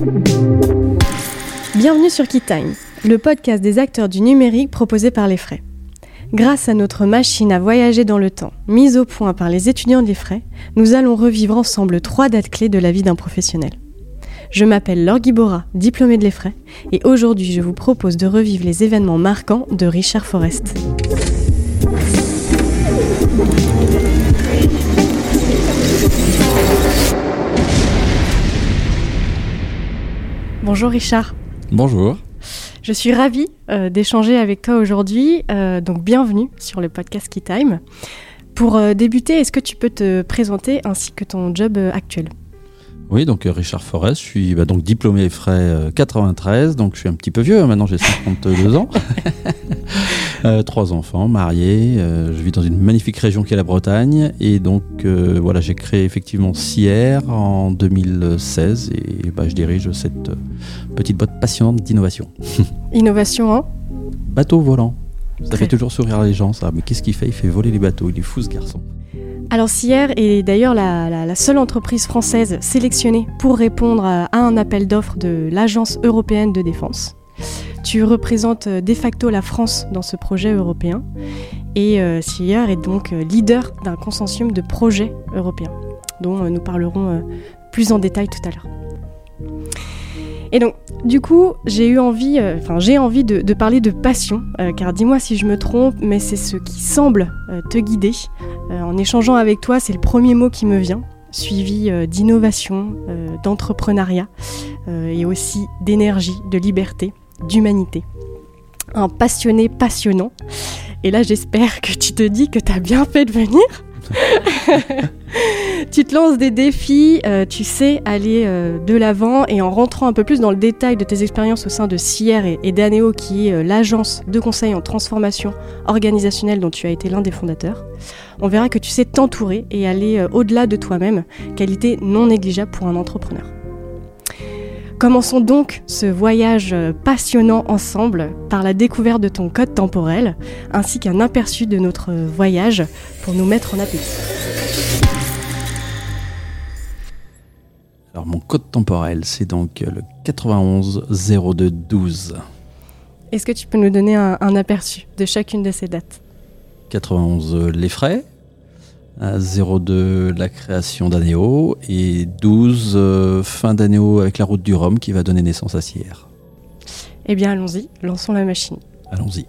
Bienvenue sur KeyTime, le podcast des acteurs du numérique proposé par l'EFRAY. Grâce à notre machine à voyager dans le temps, mise au point par les étudiants de l'EFRAY, nous allons revivre ensemble 3 dates clés de la vie d'un professionnel. Je m'appelle Laure Guibora, diplômée de l'EFRAY, et aujourd'hui je vous propose de revivre les événements marquants de Richard Forest. Bonjour Richard. Bonjour. Je suis ravie d'échanger avec toi aujourd'hui, donc bienvenue sur le podcast KeyTime. Pour débuter, est-ce que tu peux te présenter ainsi que ton job actuel ? Oui, donc Richard Forest, je suis donc diplômé EFRAY 93, donc je suis un petit peu vieux, maintenant j'ai 52 ans. 3 enfants, marié, je vis dans une magnifique région qui est la Bretagne, et donc voilà, j'ai créé effectivement CIER en 2016, et je dirige cette petite boîte passionnante d'innovation. Innovation, hein ? Bateau volant. Ça fait toujours sourire les gens, ça. Mais qu'est-ce qu'il fait ? Il fait voler les bateaux, il est fou ce garçon. Alors CIER est d'ailleurs la seule entreprise française sélectionnée pour répondre à un appel d'offres de l'Agence européenne de défense. Tu représentes de facto la France dans ce projet européen et CIER est donc leader d'un consortium de projets européens dont nous parlerons plus en détail tout à l'heure. Et donc, du coup, j'ai envie de parler de passion, car dis-moi si je me trompe, mais c'est ce qui semble te guider. En échangeant avec toi, c'est le premier mot qui me vient, suivi d'innovation, d'entrepreneuriat, et aussi d'énergie, de liberté, d'humanité. Un passionné passionnant. Et là, j'espère que tu te dis que tu as bien fait de venir. Tu te lances des défis, tu sais aller de l'avant, et en rentrant un peu plus dans le détail de tes expériences au sein de CIER et d'Aneo, qui est l'agence de conseil en transformation organisationnelle dont tu as été l'un des fondateurs, on verra que tu sais t'entourer et aller au-delà de toi-même, qualité non négligeable pour un entrepreneur. Commençons donc ce voyage passionnant ensemble par la découverte de ton code temporel, ainsi qu'un aperçu de notre voyage pour nous mettre en appétit. Alors mon code temporel, c'est donc le 91 02 12. Est-ce que tu peux nous donner un aperçu de chacune de ces dates ? 91 l'EFRAY, 02 la création d'Aneo et 12 fin d'Aneo avec la route du Rhum qui va donner naissance à CIER. Eh bien allons-y, lançons la machine. Allons-y.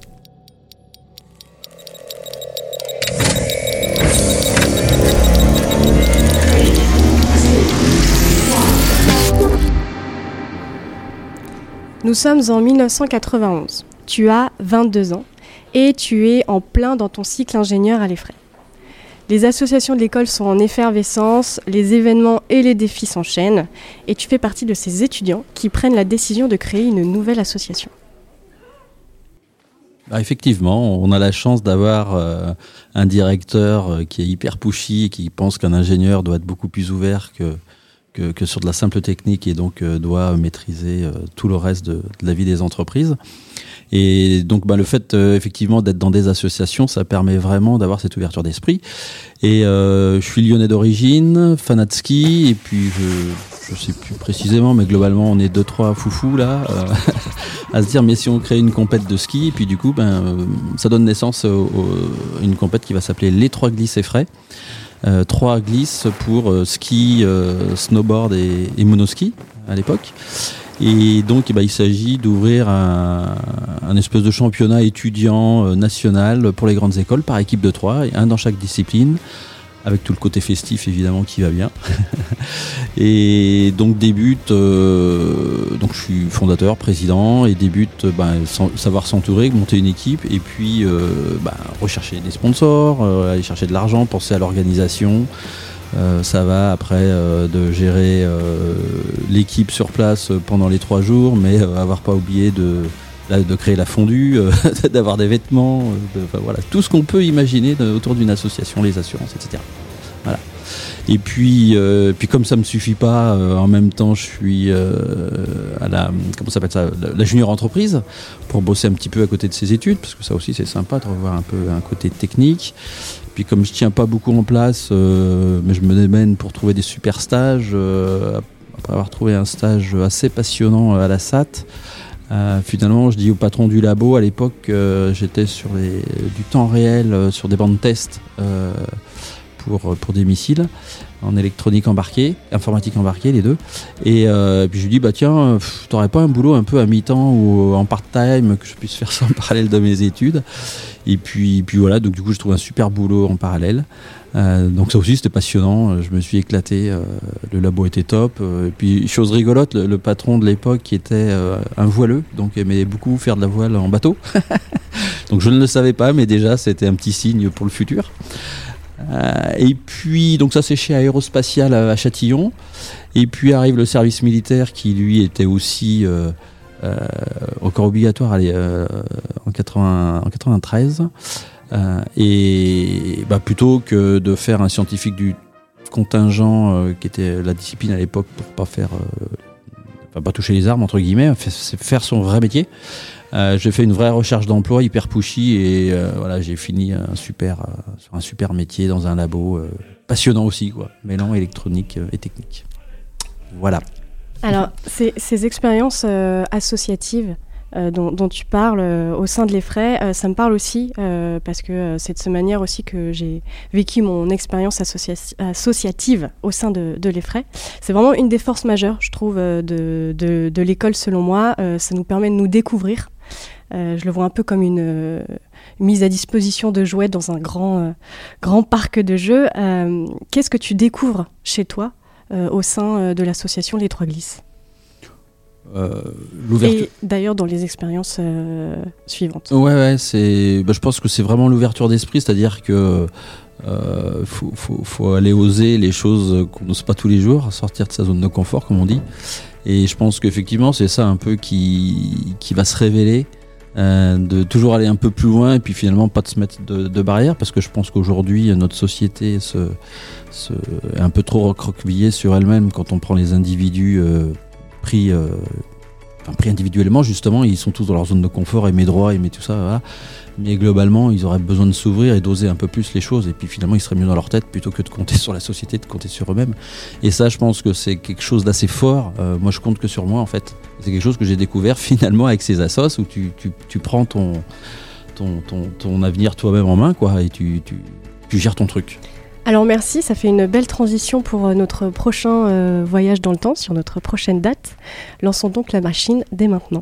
Nous sommes en 1991. Tu as 22 ans et tu es en plein dans ton cycle ingénieur à l'EFRAY. Les associations de l'école sont en effervescence, les événements et les défis s'enchaînent, et tu fais partie de ces étudiants qui prennent la décision de créer une nouvelle association. Effectivement, on a la chance d'avoir un directeur qui est hyper pushy et qui pense qu'un ingénieur doit être beaucoup plus ouvert que sur de la simple technique, et donc doit maîtriser tout le reste de la vie des entreprises. Et donc le fait effectivement d'être dans des associations, ça permet vraiment d'avoir cette ouverture d'esprit. Et je suis lyonnais d'origine, fanat de ski, et puis je sais plus précisément, mais globalement on est 2-3 foufous là à se dire mais si on crée une compète de ski, et puis du coup ça donne naissance à une compète qui va s'appeler les 3 glisses EFRAY. 3 glisses pour ski, snowboard et monoski à l'époque. Et donc il s'agit d'ouvrir un espèce de championnat étudiant national pour les grandes écoles par équipe de 3, et un dans chaque discipline, avec tout le côté festif évidemment qui va bien. Et donc débute, donc je suis fondateur, président, et débute savoir s'entourer, monter une équipe, et puis rechercher des sponsors, aller chercher de l'argent, penser à l'organisation. Ça va après de gérer l'équipe sur place pendant les 3 jours, mais avoir pas oublié de créer la fondue, d'avoir des vêtements, voilà, tout ce qu'on peut imaginer autour d'une association, les assurances, etc. Voilà. Et puis comme ça me suffit pas, en même temps je suis à la junior entreprise pour bosser un petit peu à côté de ses études, parce que ça aussi c'est sympa de revoir un peu un côté technique. Puis comme je tiens pas beaucoup en place, mais je me démène pour trouver des super stages. après avoir trouvé un stage assez passionnant à la SAT, finalement, je dis au patron du labo, à l'époque, j'étais sur du temps réel sur des bancs de test pour des missiles en électronique embarquée, informatique embarquée, les deux. Et puis je lui dis, tiens, t'aurais pas un boulot un peu à mi-temps ou en part-time que je puisse faire ça en parallèle de mes études. Et puis voilà, donc du coup, je trouve un super boulot en parallèle. Donc ça aussi, c'était passionnant. Je me suis éclaté. Le labo était top. Et puis, chose rigolote, le patron de l'époque qui était un voileux, donc aimait beaucoup faire de la voile en bateau. Donc je ne le savais pas, mais déjà, c'était un petit signe pour le futur. Et puis, donc ça c'est chez Aérospatiale à Châtillon. Et puis arrive le service militaire qui lui était aussi encore obligatoire en 93. Et plutôt que de faire un scientifique du contingent qui était la discipline à l'époque pour pas toucher les armes entre guillemets, faire son vrai métier. J'ai fait une vraie recherche d'emploi hyper pushy et voilà, j'ai fini sur un super métier dans un labo passionnant aussi, quoi, mêlant électronique et technique. Voilà. Alors, ces expériences associatives dont tu parles au sein de l'EFRAY, ça me parle aussi parce que c'est de cette manière aussi que j'ai vécu mon expérience associative au sein de l'EFRAY. C'est vraiment une des forces majeures, je trouve, de l'école selon moi. Ça nous permet de nous découvrir. Je le vois un peu comme une mise à disposition de jouets dans un grand parc de jeux. Qu'est-ce que tu découvres chez toi au sein de l'association Les Trois Glisses ? L'ouverture. Et d'ailleurs dans les expériences suivantes. Ouais, je pense que c'est vraiment l'ouverture d'esprit, c'est-à-dire que faut aller oser les choses qu'on n'ose pas tous les jours, sortir de sa zone de confort, comme on dit. Et je pense qu'effectivement, c'est ça un peu qui va se révéler, de toujours aller un peu plus loin et puis finalement pas de se mettre de barrières, parce que je pense qu'aujourd'hui, notre société est un peu trop recroquevillée sur elle-même quand on prend les individus pris individuellement, justement, ils sont tous dans leur zone de confort, aimer droit, aimer tout ça, voilà. Mais globalement, ils auraient besoin de s'ouvrir et d'oser un peu plus les choses, et puis finalement, ils seraient mieux dans leur tête plutôt que de compter sur la société, de compter sur eux-mêmes. Et ça, je pense que c'est quelque chose d'assez fort. Moi, je compte que sur moi, en fait. C'est quelque chose que j'ai découvert finalement avec ces assos où tu prends ton avenir toi-même en main, quoi, et tu gères ton truc. Alors merci, ça fait une belle transition pour notre prochain voyage dans le temps, sur notre prochaine date. Lançons donc la machine dès maintenant.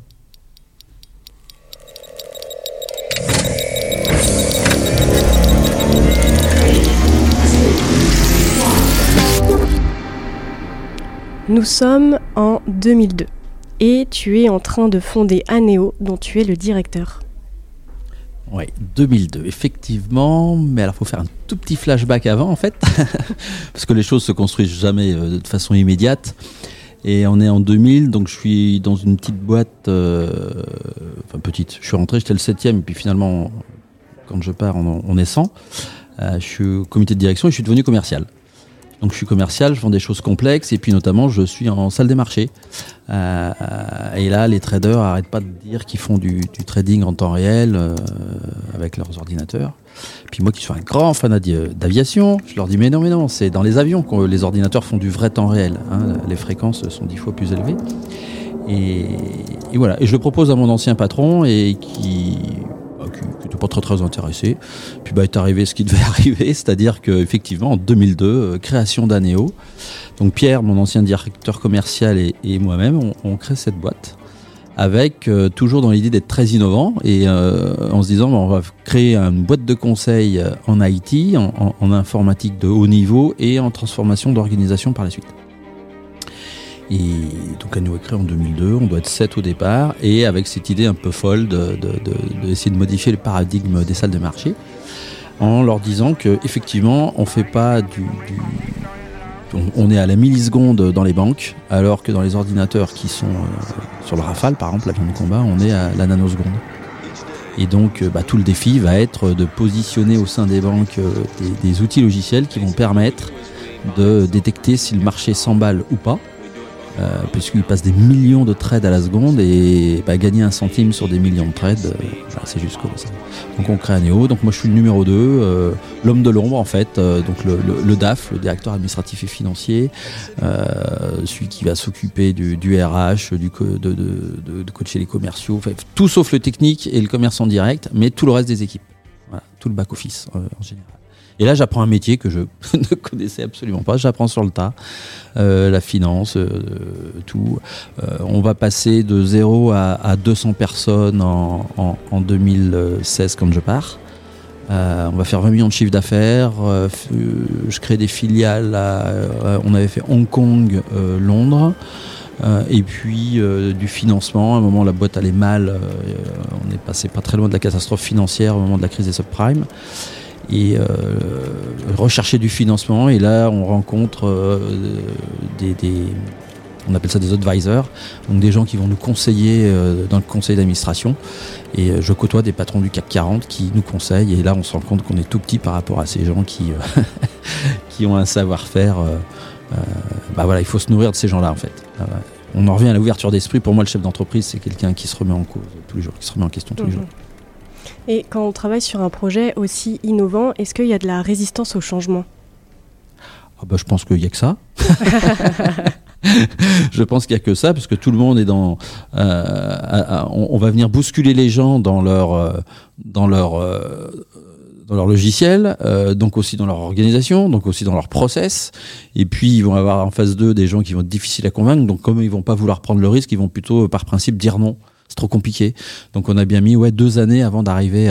Nous sommes en 2002 et tu es en train de fonder Anéo, dont tu es le directeur. Oui, 2002, effectivement, mais alors il faut faire un tout petit flashback avant en fait, parce que les choses se construisent jamais de façon immédiate. Et on est en 2000, donc je suis dans une petite boîte, petite, je suis rentré, j'étais le 7e, et puis finalement, quand je pars, on est 100. Je suis au comité de direction et je suis devenu commercial. Donc je suis commercial, je vends des choses complexes et puis notamment je suis en salle des marchés. Et là, les traders n'arrêtent pas de dire qu'ils font du trading en temps réel avec leurs ordinateurs. Puis moi qui suis un grand fan d'aviation, je leur dis mais non, c'est dans les avions que les ordinateurs font du vrai temps réel. Hein, les fréquences sont 10 fois plus élevées. Et voilà. Et je le propose à mon ancien patron et qui n'était pas très intéressé. Puis est arrivé ce qui devait arriver, c'est-à-dire qu'effectivement en 2002, création d'Anéo. Donc Pierre, mon ancien directeur commercial et moi-même, on crée cette boîte avec toujours dans l'idée d'être très innovant et en se disant on va créer une boîte de conseil en IT, en informatique de haut niveau et en transformation d'organisation par la suite. Et donc Anéo est créé en 2002, on doit être 7 au départ, et avec cette idée un peu folle d'essayer de modifier le paradigme des salles de marché, en leur disant qu'effectivement on fait pas on est à la milliseconde dans les banques, alors que dans les ordinateurs qui sont sur le Rafale, par exemple, l'avion de combat, on est à la nanoseconde. Et donc tout le défi va être de positionner au sein des banques des outils logiciels qui vont permettre de détecter si le marché s'emballe ou pas, puisqu'il passe des millions de trades à la seconde et gagner 1 centime sur des millions de trades, c'est juste colossal. Donc on crée Anéo. Donc moi je suis le numéro 2, l'homme de l'ombre en fait, donc le DAF, le directeur administratif et financier, celui qui va s'occuper du RH, de coacher les commerciaux, enfin, tout sauf le technique et le commerce en direct, mais tout le reste des équipes. Voilà, tout le back-office en général. Et là, j'apprends un métier que je ne connaissais absolument pas. J'apprends sur le tas, la finance, tout. On va passer de 0 à 200 personnes en 2016 quand je pars. On va faire 20 millions de chiffre d'affaires. Je crée des filiales. On avait fait Hong Kong, Londres. Et puis du financement. À un moment, la boîte allait mal. On est passé pas très loin de la catastrophe financière au moment de la crise des subprimes. Et rechercher du financement, et là on rencontre on appelle ça des advisors, donc des gens qui vont nous conseiller dans le conseil d'administration, et je côtoie des patrons du CAC 40 qui nous conseillent, et là on se rend compte qu'on est tout petit par rapport à ces gens qui ont un savoir-faire. Il faut se nourrir de ces gens-là en fait. On en revient à l'ouverture d'esprit. Pour moi, le chef d'entreprise, c'est quelqu'un qui se remet en cause tous les jours, qui se remet en question tous les jours. Et quand on travaille sur un projet aussi innovant, est-ce qu'il y a de la résistance au changement ? Je pense qu'il n'y a que ça. Je pense qu'il n'y a que ça, parce que tout le monde est dans... on va venir bousculer les gens dans leur logiciel, donc aussi dans leur organisation, donc aussi dans leur process. Et puis, ils vont avoir en face d'eux des gens qui vont être difficiles à convaincre. Donc, comme ils ne vont pas vouloir prendre le risque, ils vont plutôt, par principe, dire non. C'est trop compliqué. Donc on a bien mis 2 années avant d'arriver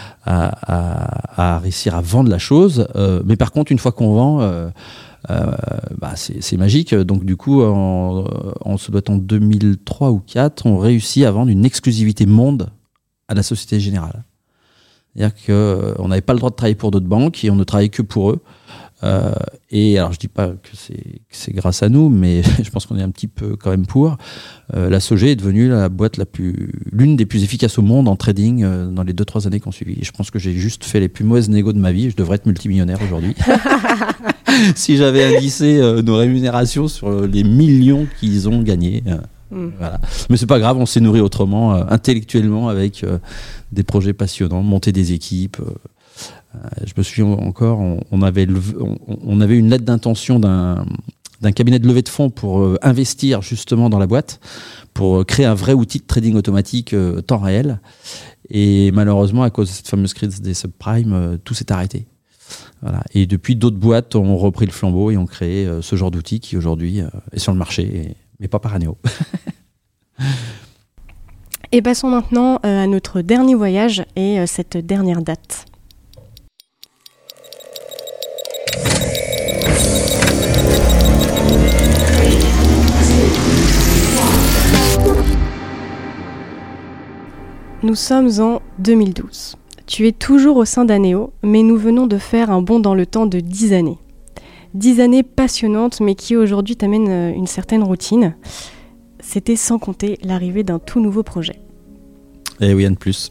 à réussir à vendre la chose. Mais par contre, une fois qu'on vend, c'est magique. Donc du coup, on se doit être en 2003 ou 2004, on réussit à vendre une exclusivité monde à la Société Générale. C'est-à-dire qu'on n'avait pas le droit de travailler pour d'autres banques et on ne travaillait que pour eux. Et alors je dis pas que c'est grâce à nous, mais je pense qu'on est un petit peu quand même pour. La Sogé est devenue l'une des plus efficaces au monde en trading dans les 2-3 années qui ont suivi. Et je pense que j'ai juste fait les plus mauvaises négos de ma vie. Je devrais être multimillionnaire aujourd'hui. Si j'avais indicé nos rémunérations sur les millions qu'ils ont gagnés. Voilà. Mais c'est pas grave, on s'est nourri autrement, intellectuellement, avec des projets passionnants, monter des équipes. Je me souviens encore, on avait une lettre d'intention d'un cabinet de levée de fonds pour investir justement dans la boîte, pour créer un vrai outil de trading automatique temps réel. Et malheureusement, à cause de cette fameuse crise des subprimes, tout s'est arrêté. Voilà. Et depuis, d'autres boîtes ont repris le flambeau et ont créé ce genre d'outil qui aujourd'hui est sur le marché, mais pas par Anéo. Et passons maintenant à notre dernier voyage et cette dernière date. Nous sommes en 2012. Tu es toujours au sein d'Anéo, mais nous venons de faire un bond dans le temps de 10 années. 10 années passionnantes, mais qui aujourd'hui t'amènent une certaine routine. C'était sans compter l'arrivée d'un tout nouveau projet. Et oui, un de plus.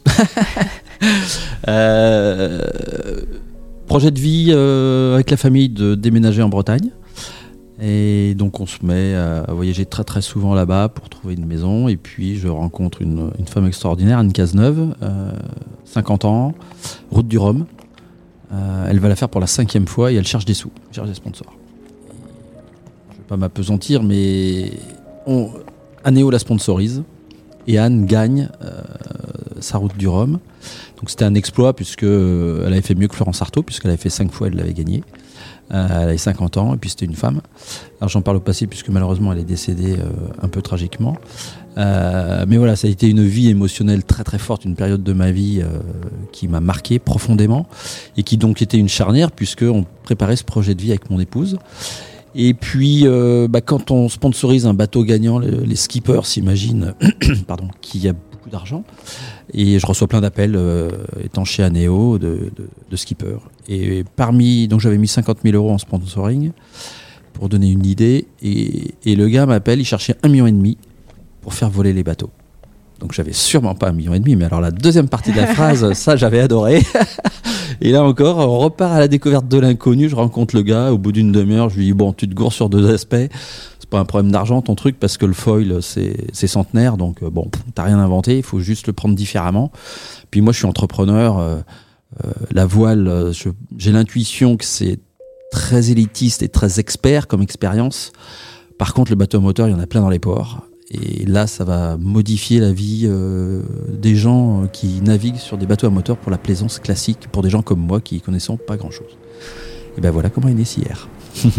Projet de vie avec la famille de déménager en Bretagne. Et donc on se met à voyager très très souvent là-bas pour trouver une maison. Et puis je rencontre une femme extraordinaire, Anne Cazeneuve, 50 ans, route du Rhum. Elle va la faire pour la 5e fois et elle cherche des sous, elle cherche des sponsors. Je ne vais pas m'apesantir, mais Anéo la sponsorise et Anne gagne sa route du Rhum. Donc c'était un exploit puisqu'elle avait fait mieux que Florence Artaud, puisqu'elle avait fait 5 fois, elle l'avait gagné. Elle avait 50 ans et puis c'était une femme. Alors j'en parle au passé puisque malheureusement elle est décédée un peu tragiquement. Mais voilà, ça a été une vie émotionnelle très très forte, une période de ma vie qui m'a marqué profondément et qui donc était une charnière puisqu'on préparait ce projet de vie avec mon épouse. Et puis quand on sponsorise un bateau gagnant, les skippers s'imaginent qu'il y a beaucoup d'argent. Et je reçois plein d'appels étant chez Anéo de skippers. Et donc j'avais mis 50 000 € en sponsoring pour donner une idée. Et le gars m'appelle, il cherchait 1,5 million pour faire voler les bateaux. Donc j'avais sûrement pas 1,5 million, mais alors la deuxième partie de la phrase, ça j'avais adoré. Et là encore, on repart à la découverte de l'inconnu, je rencontre le gars, au bout d'une demi-heure, je lui dis bon, tu te gourres sur 2 aspects. pas un problème d'argent ton truc, parce que le foil c'est centenaire, donc bon, t'as rien inventé, il faut juste le prendre différemment. Puis moi je suis entrepreneur, la voile, j'ai l'intuition que c'est très élitiste et très expert comme expérience. Par contre, le bateau à moteur, il y en a plein dans les ports. Et là, ça va modifier la vie des gens qui naviguent sur des bateaux à moteur pour la plaisance classique, pour des gens comme moi qui connaissons pas grand-chose. Et ben voilà comment est né Sea-Air.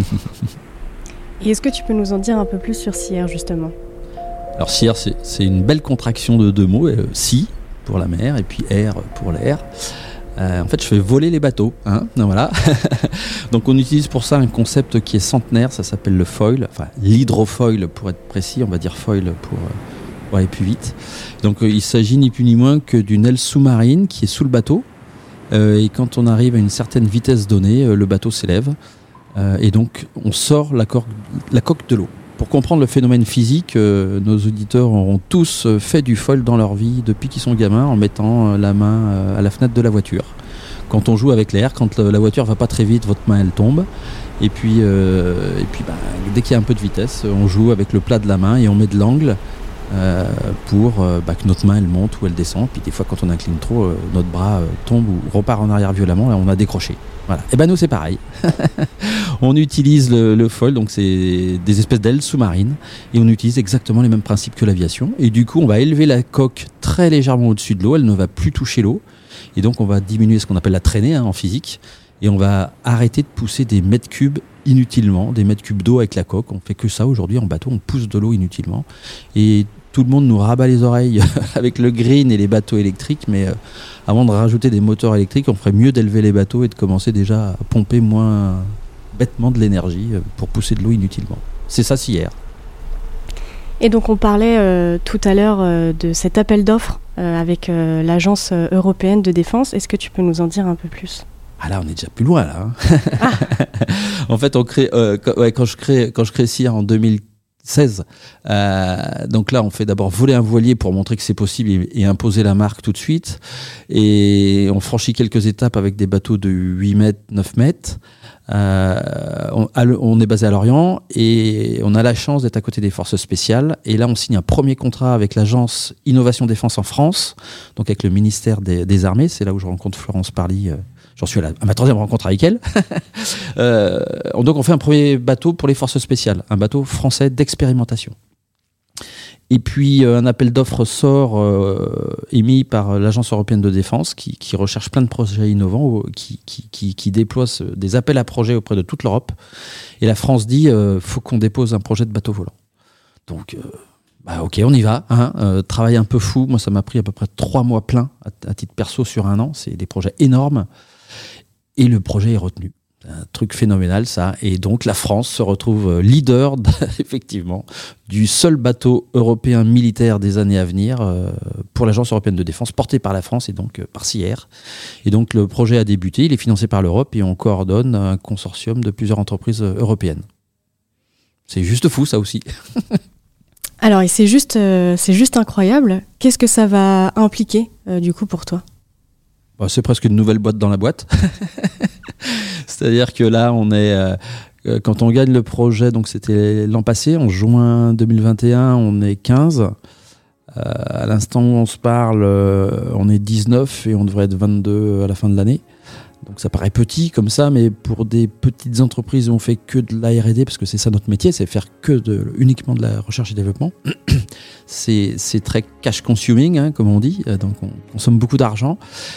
Et est-ce que tu peux nous en dire un peu plus sur Sea-Air, justement ? Alors Sea-Air, c'est une belle contraction de deux mots, sea pour la mer et puis air pour l'air. En fait, je fais voler les bateaux, hein, voilà. Donc, on utilise pour ça un concept qui est centenaire, ça s'appelle le foil, enfin l'hydrofoil pour être précis, on va dire foil pour aller plus vite. Donc, il s'agit ni plus ni moins que d'une aile sous-marine qui est sous le bateau, et quand on arrive à une certaine vitesse donnée, le bateau s'élève, et donc on sort la coque de l'eau. Pour comprendre le phénomène physique, nos auditeurs auront tous fait du foil dans leur vie depuis qu'ils sont gamins, en mettant la main à la fenêtre de la voiture. Quand on joue avec l'air, quand la voiture va pas très vite, votre main elle tombe. Et puis dès qu'il y a un peu de vitesse, on joue avec le plat de la main et on met de l'angle pour que notre main elle monte ou elle descend. Puis des fois quand on incline trop, notre bras tombe ou repart en arrière violemment, là on a décroché. Voilà. Et ben nous c'est pareil. On utilise le foil, donc c'est des espèces d'ailes sous-marines, et on utilise exactement les mêmes principes que l'aviation. Et du coup, on va élever la coque très légèrement au-dessus de l'eau, elle ne va plus toucher l'eau, et donc on va diminuer ce qu'on appelle la traînée en physique, et on va arrêter de pousser des mètres cubes inutilement, des mètres cubes d'eau avec la coque. On fait que ça aujourd'hui en bateau, on pousse de l'eau inutilement, et tout le monde nous rabat les oreilles avec le green et les bateaux électriques, mais avant de rajouter des moteurs électriques, on ferait mieux d'élever les bateaux et de commencer déjà à pomper moins bêtement de l'énergie pour pousser de l'eau inutilement. C'est ça Sea-Air. Et donc on parlait tout à l'heure de cet appel d'offres avec l'Agence européenne de défense. Est-ce que tu peux nous en dire un peu plus ? Ah là, on est déjà plus loin là. Hein. En fait, on crée, quand je crée Sea-Air en 2016, donc là on fait d'abord voler un voilier pour montrer que c'est possible et imposer la marque tout de suite, et on franchit quelques étapes avec des bateaux de 8 mètres, 9 mètres. On est basé à Lorient et on a la chance d'être à côté des forces spéciales, et là on signe un premier contrat avec l'agence Innovation Défense en France, donc avec le ministère des Armées. C'est là où je rencontre Florence Parly. J'en suis à ma troisième rencontre avec elle. Donc on fait un premier bateau pour les forces spéciales, un bateau français d'expérimentation. Et puis un appel d'offres sort émis par l'Agence européenne de défense qui recherche plein de projets innovants, qui déploie des appels à projets auprès de toute l'Europe. Et la France dit faut qu'on dépose un projet de bateau volant. Donc ok, on y va. Travail un peu fou. Moi, ça m'a pris à peu près 3 mois pleins à titre perso sur 1 an. C'est des projets énormes. Et le projet est retenu. Un truc phénoménal, ça. Et donc, la France se retrouve leader, effectivement, du seul bateau européen militaire des années à venir pour l'Agence européenne de défense, porté par la France et donc par Sea-Air. Et donc, le projet a débuté. Il est financé par l'Europe et on coordonne un consortium de plusieurs entreprises européennes. C'est juste fou, ça aussi. Alors, et c'est juste incroyable. Qu'est-ce que ça va impliquer, du coup, pour toi ? C'est presque une nouvelle boîte dans la boîte. C'est-à-dire que là, on est quand on gagne le projet, donc c'était l'an passé, en juin 2021, on est 15. À l'instant où on se parle, on est 19 et on devrait être 22 à la fin de l'année. Donc ça paraît petit comme ça, mais pour des petites entreprises où on fait que de la R&D, parce que c'est ça notre métier, c'est faire uniquement de la recherche et développement. C'est très cash consuming, comme on dit, donc on consomme beaucoup d'argent.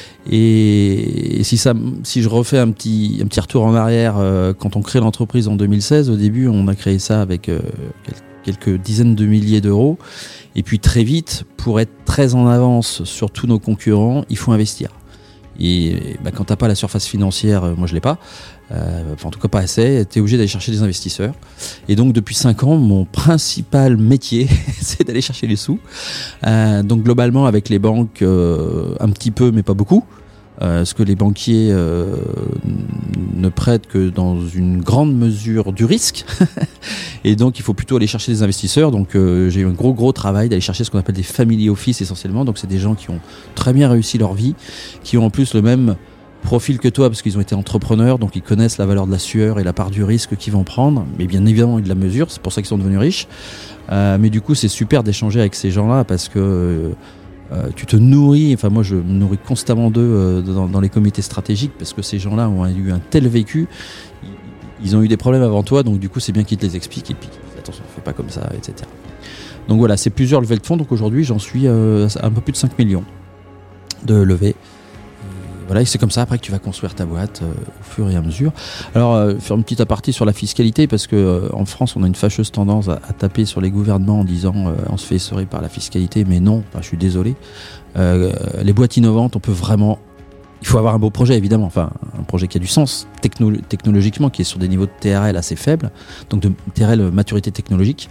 Et si je refais un petit retour en arrière, quand on crée l'entreprise en 2016, au début on a créé ça avec quelques dizaines de milliers d'euros, et puis très vite, pour être très en avance sur tous nos concurrents, il faut investir. Et quand t'as pas la surface financière, moi je l'ai pas, en tout cas pas assez, t'es obligé d'aller chercher des investisseurs. Et donc depuis 5 ans, mon principal métier, c'est d'aller chercher les sous. Donc globalement avec les banques, un petit peu mais pas beaucoup. Parce que les banquiers ne prêtent que dans une grande mesure du risque. Et donc il faut plutôt aller chercher des investisseurs. Donc j'ai eu un gros travail d'aller chercher ce qu'on appelle des family office essentiellement. Donc c'est des gens qui ont très bien réussi leur vie, qui ont en plus le même profil que toi parce qu'ils ont été entrepreneurs, donc ils connaissent la valeur de la sueur et la part du risque qu'ils vont prendre, mais bien évidemment ils la mesurent, c'est pour ça qu'ils sont devenus riches. Mais du coup c'est super d'échanger avec ces gens-là parce que tu te nourris, enfin moi je me nourris constamment d'eux dans les comités stratégiques parce que ces gens-là ont eu un tel vécu, ils ont eu des problèmes avant toi, donc du coup c'est bien qu'ils te les expliquent et puis attention, fais pas comme ça, etc. Donc voilà, c'est plusieurs levées de fonds, donc aujourd'hui j'en suis à un peu plus de 5 millions de levées. Voilà, et c'est comme ça après que tu vas construire ta boîte au fur et à mesure. Alors, faire une petite aparté sur la fiscalité, parce que en France, on a une fâcheuse tendance à taper sur les gouvernements en disant on se fait essorer par la fiscalité, mais non, je suis désolé. Les boîtes innovantes, on peut vraiment... Il faut avoir un beau projet, évidemment, enfin un projet qui a du sens technologiquement, qui est sur des niveaux de TRL assez faibles, donc de TRL maturité technologique.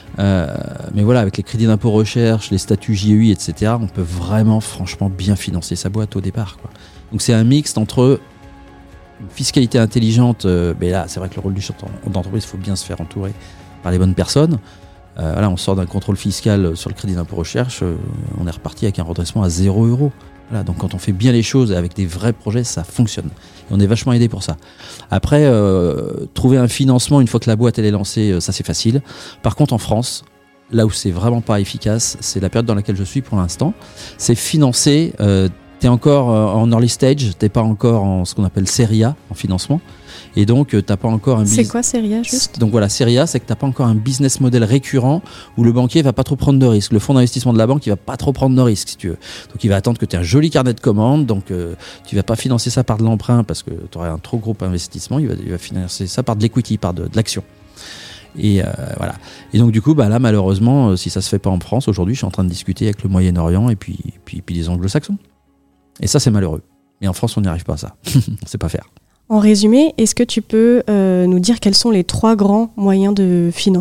Mais voilà, avec les crédits d'impôt recherche, les statuts JEI, etc., on peut vraiment, franchement, bien financer sa boîte au départ, quoi. Donc c'est un mixte entre une fiscalité intelligente, mais là c'est vrai que le rôle du chef d'entreprise, il faut bien se faire entourer par les bonnes personnes. Voilà, on sort d'un contrôle fiscal sur le crédit d'impôt recherche, on est reparti avec un redressement à 0 €. Voilà, donc quand on fait bien les choses avec des vrais projets, ça fonctionne. Et on est vachement aidé pour ça. Après, trouver un financement une fois que la boîte elle est lancée, ça c'est facile. Par contre en France, là où c'est vraiment pas efficace, c'est la période dans laquelle je suis pour l'instant, c'est financer... T'es encore en early stage, t'es pas encore en ce qu'on appelle série A en financement, et donc t'as pas encore un C'est quoi série A juste ? Donc voilà, série A, c'est que t'as pas encore un business model récurrent où le banquier va pas trop prendre de risques. Le fonds d'investissement de la banque, il va pas trop prendre de risques, si tu veux. Donc il va attendre que tu aies un joli carnet de commandes, donc tu vas pas financer ça par de l'emprunt parce que tu aurais un trop gros investissement, il va financer ça par de l'equity, par de l'action. Et voilà. Et donc du coup, là malheureusement, si ça se fait pas en France, aujourd'hui, je suis en train de discuter avec le Moyen-Orient et puis les Anglo-Saxons. Et ça, c'est malheureux. Mais en France, on n'y arrive pas à ça. On sait pas faire. En résumé, est-ce que tu peux nous dire quels sont les 3 grands moyens de financement ?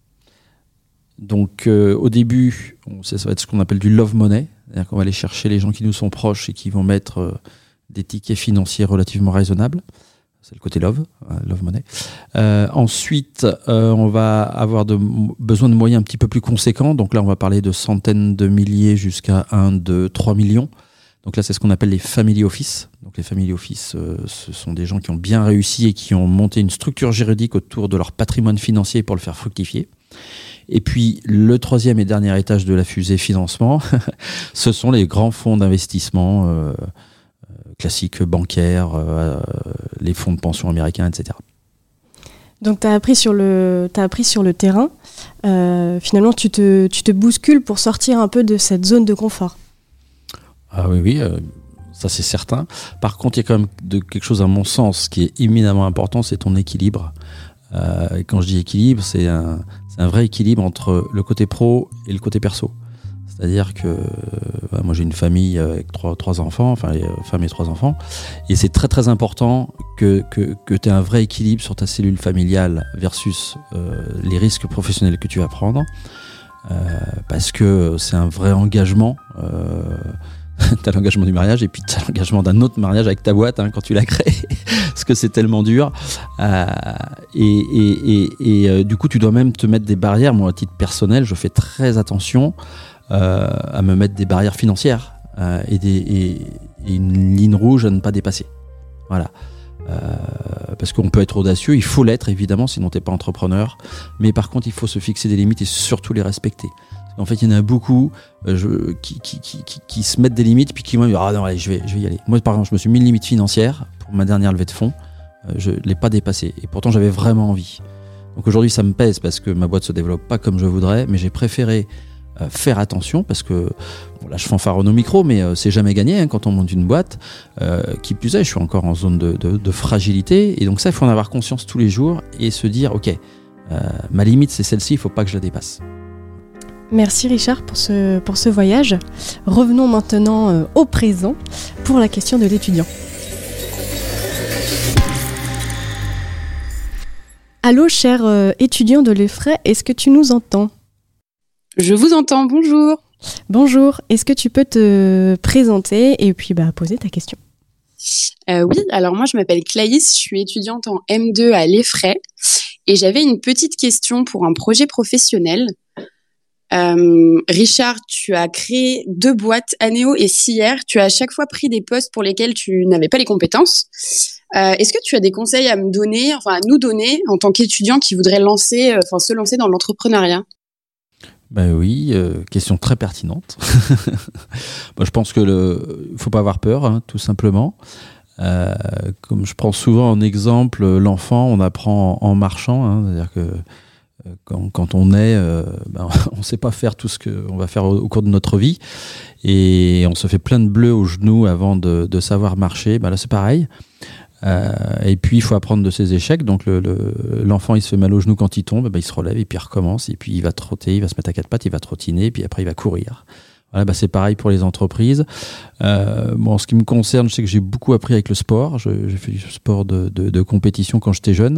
Donc, au début, ça va être ce qu'on appelle du love money. C'est-à-dire qu'on va aller chercher les gens qui nous sont proches et qui vont mettre des tickets financiers relativement raisonnables. C'est le côté love money. Ensuite, on va avoir besoin de moyens un petit peu plus conséquents. Donc là, on va parler de centaines de milliers jusqu'à 1, 2, 3 millions. Donc là, c'est ce qu'on appelle les family office. Donc les family office, ce sont des gens qui ont bien réussi et qui ont monté une structure juridique autour de leur patrimoine financier pour le faire fructifier. Et puis, le 3e et dernier étage de la fusée financement, ce sont les grands fonds d'investissement classiques bancaires, les fonds de pension américains, etc. Donc tu as appris sur le terrain. Finalement, tu te bouscules pour sortir un peu de cette zone de confort. Ah oui, ça c'est certain. Par contre, il y a quand même quelque chose à mon sens qui est éminemment important, c'est ton équilibre. Et quand je dis équilibre, c'est un vrai équilibre entre le côté pro et le côté perso. C'est-à-dire que moi j'ai une famille avec trois enfants, enfin femme et 3 enfants, et c'est très très important que tu aies un vrai équilibre sur ta cellule familiale versus les risques professionnels que tu vas prendre, parce que c'est un vrai engagement. T'as l'engagement du mariage et puis t'as l'engagement d'un autre mariage avec ta boîte quand tu l'as créée parce que c'est tellement dur et du coup tu dois même te mettre des barrières. Moi à titre personnel je fais très attention à me mettre des barrières financières et une ligne rouge à ne pas dépasser, voilà. Parce qu'on peut être audacieux, il faut l'être évidemment, sinon t'es pas entrepreneur, mais par contre il faut se fixer des limites et surtout les respecter. En fait, il y en a beaucoup qui se mettent des limites puis qui vont dire non, allez, je vais y aller. Moi, par exemple, je me suis mis une limite financière pour ma dernière levée de fonds. Je l'ai pas dépassée et pourtant j'avais vraiment envie. Donc aujourd'hui, ça me pèse parce que ma boîte se développe pas comme je voudrais, mais j'ai préféré faire attention parce que là, je fanfaronne au micro, mais c'est jamais gagné quand on monte une boîte. Qui plus est, je suis encore en zone de fragilité et donc ça, il faut en avoir conscience tous les jours et se dire ok, ma limite c'est celle-ci, il faut pas que je la dépasse. Merci Richard pour ce voyage. Revenons maintenant au présent pour la question de l'étudiant. Allô, cher étudiant de l'EFRAY, est-ce que tu nous entends ? Je vous entends, bonjour. Bonjour, est-ce que tu peux te présenter et puis poser ta question ? Oui, alors moi je m'appelle Claïs, je suis étudiante en M2 à l'EFRAY et j'avais une petite question pour un projet professionnel. Richard, tu as créé 2 boîtes, Anéo et Sierre. Tu as à chaque fois pris des postes pour lesquels tu n'avais pas les compétences. Est-ce que tu as des conseils à me donner, à nous donner, en tant qu'étudiant qui voudrait se lancer dans l'entrepreneuriat? Ben oui, question très pertinente. Moi, je pense que faut pas avoir peur, hein, tout simplement. Comme je prends souvent en exemple l'enfant, on apprend en marchant, hein, c'est-à-dire que quand on est, on ne sait pas faire tout ce qu'on va faire au cours de notre vie, et on se fait plein de bleus aux genoux avant de savoir marcher. Là, c'est pareil. Et puis il faut apprendre de ses échecs. Donc l'enfant, il se fait mal aux genoux quand il tombe, il se relève et puis il recommence, et puis il va trotter, il va se mettre à 4 pattes, il va trottiner, et puis après il va courir. Voilà, c'est pareil pour les entreprises. En ce qui me concerne, je sais que j'ai beaucoup appris avec le sport. J'ai fait du sport de compétition quand j'étais jeune.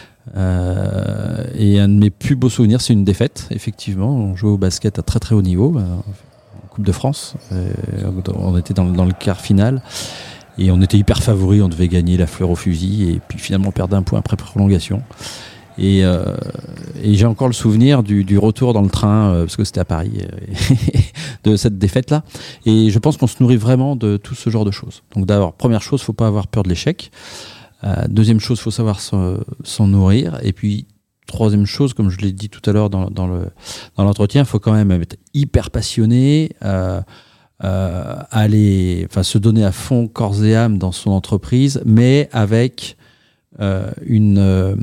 Et un de mes plus beaux souvenirs, c'est une défaite. Effectivement, on jouait au basket à très très haut niveau, en Coupe de France. On était dans le quart final. Et on était hyper favoris, on devait gagner la fleur au fusil, et puis finalement on perdait un point après prolongation. Et j'ai encore le souvenir du retour dans le train, parce que c'était à Paris, de cette défaite-là. Et je pense qu'on se nourrit vraiment de tout ce genre de choses. Donc d'abord, première chose, faut pas avoir peur de l'échec. Deuxième chose, faut savoir s'en nourrir. Et puis troisième chose, comme je l'ai dit tout à l'heure dans l'entretien, il faut quand même être hyper passionné, se donner à fond corps et âme dans son entreprise, mais avec une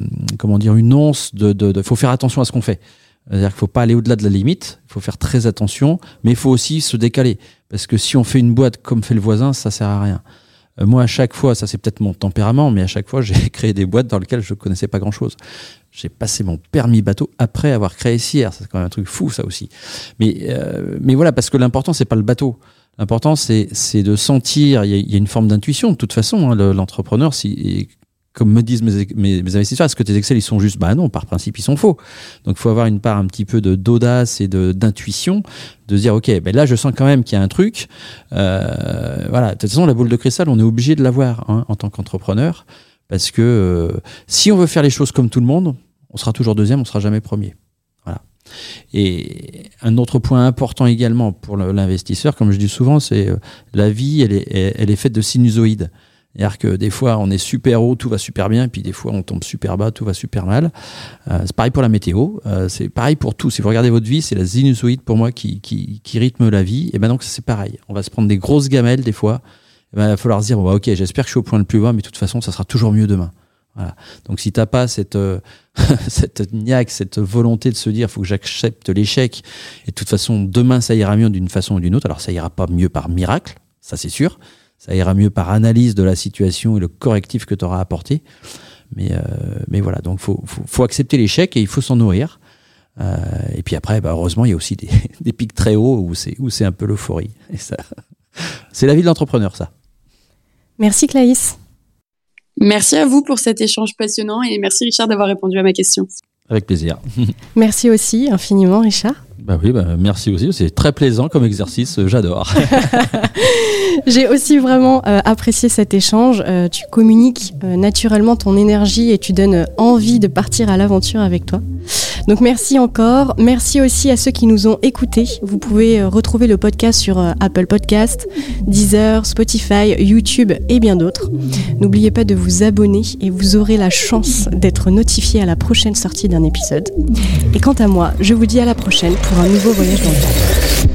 once faut faire attention à ce qu'on fait. C'est-à-dire qu'il faut pas aller au-delà de la limite, il faut faire très attention, mais il faut aussi se décaler, parce que si on fait une boîte comme fait le voisin, ça sert à rien. Moi, à chaque fois, ça c'est peut-être mon tempérament, mais à chaque fois, j'ai créé des boîtes dans lesquelles je connaissais pas grand-chose. J'ai passé mon permis bateau après avoir créé Sierre. C'est quand même un truc fou, ça aussi. Mais voilà, parce que l'important, c'est pas le bateau. L'important, c'est de sentir. Il y a une forme d'intuition. De toute façon, hein, l'entrepreneur, comme me disent mes investisseurs, est-ce que tes Excel, ils sont justes? Non, par principe, ils sont faux. Donc, il faut avoir une part un petit peu d'audace et d'intuition, de se dire, OK, là, je sens quand même qu'il y a un truc. Voilà. De toute façon, la boule de cristal, on est obligé de l'avoir, hein, en tant qu'entrepreneur. Parce que si on veut faire les choses comme tout le monde, on sera toujours deuxième, on sera jamais premier. Voilà. Et un autre point important également pour l'investisseur, comme je dis souvent, c'est la vie, elle est faite de sinusoïdes. C'est-à-dire que des fois, on est super haut, tout va super bien, et puis des fois, on tombe super bas, tout va super mal. C'est pareil pour la météo, c'est pareil pour tout. Si vous regardez votre vie, c'est la sinusoïde pour moi qui rythme la vie. Et donc, c'est pareil. On va se prendre des grosses gamelles des fois. Il va falloir se dire, OK, j'espère que je suis au point le plus bas, mais de toute façon, ça sera toujours mieux demain. Voilà. Donc, si t'as pas cette niaque, cette volonté de se dire, faut que j'accepte l'échec, et de toute façon, demain, ça ira mieux d'une façon ou d'une autre. Alors, ça ira pas mieux par miracle, ça c'est sûr. Ça ira mieux par analyse de la situation et le correctif que tu auras apporté. Mais voilà, donc faut accepter l'échec et il faut s'en nourrir. Et puis après, heureusement, il y a aussi des pics très hauts où c'est un peu l'euphorie. Et ça, c'est la vie de l'entrepreneur, ça. Merci Clarisse. Merci à vous pour cet échange passionnant et merci Richard d'avoir répondu à ma question. Avec plaisir. Merci aussi infiniment Richard. Oui, merci aussi. C'est très plaisant comme exercice, j'adore. J'ai aussi vraiment apprécié cet échange. Tu communiques naturellement ton énergie et tu donnes envie de partir à l'aventure avec toi. Donc merci encore. Merci aussi à ceux qui nous ont écoutés. Vous pouvez retrouver le podcast sur Apple Podcast, Deezer, Spotify, YouTube et bien d'autres. N'oubliez pas de vous abonner et vous aurez la chance d'être notifié à la prochaine sortie d'un épisode. Et quant à moi, je vous dis à la prochaine pour un nouveau voyage dans le temps.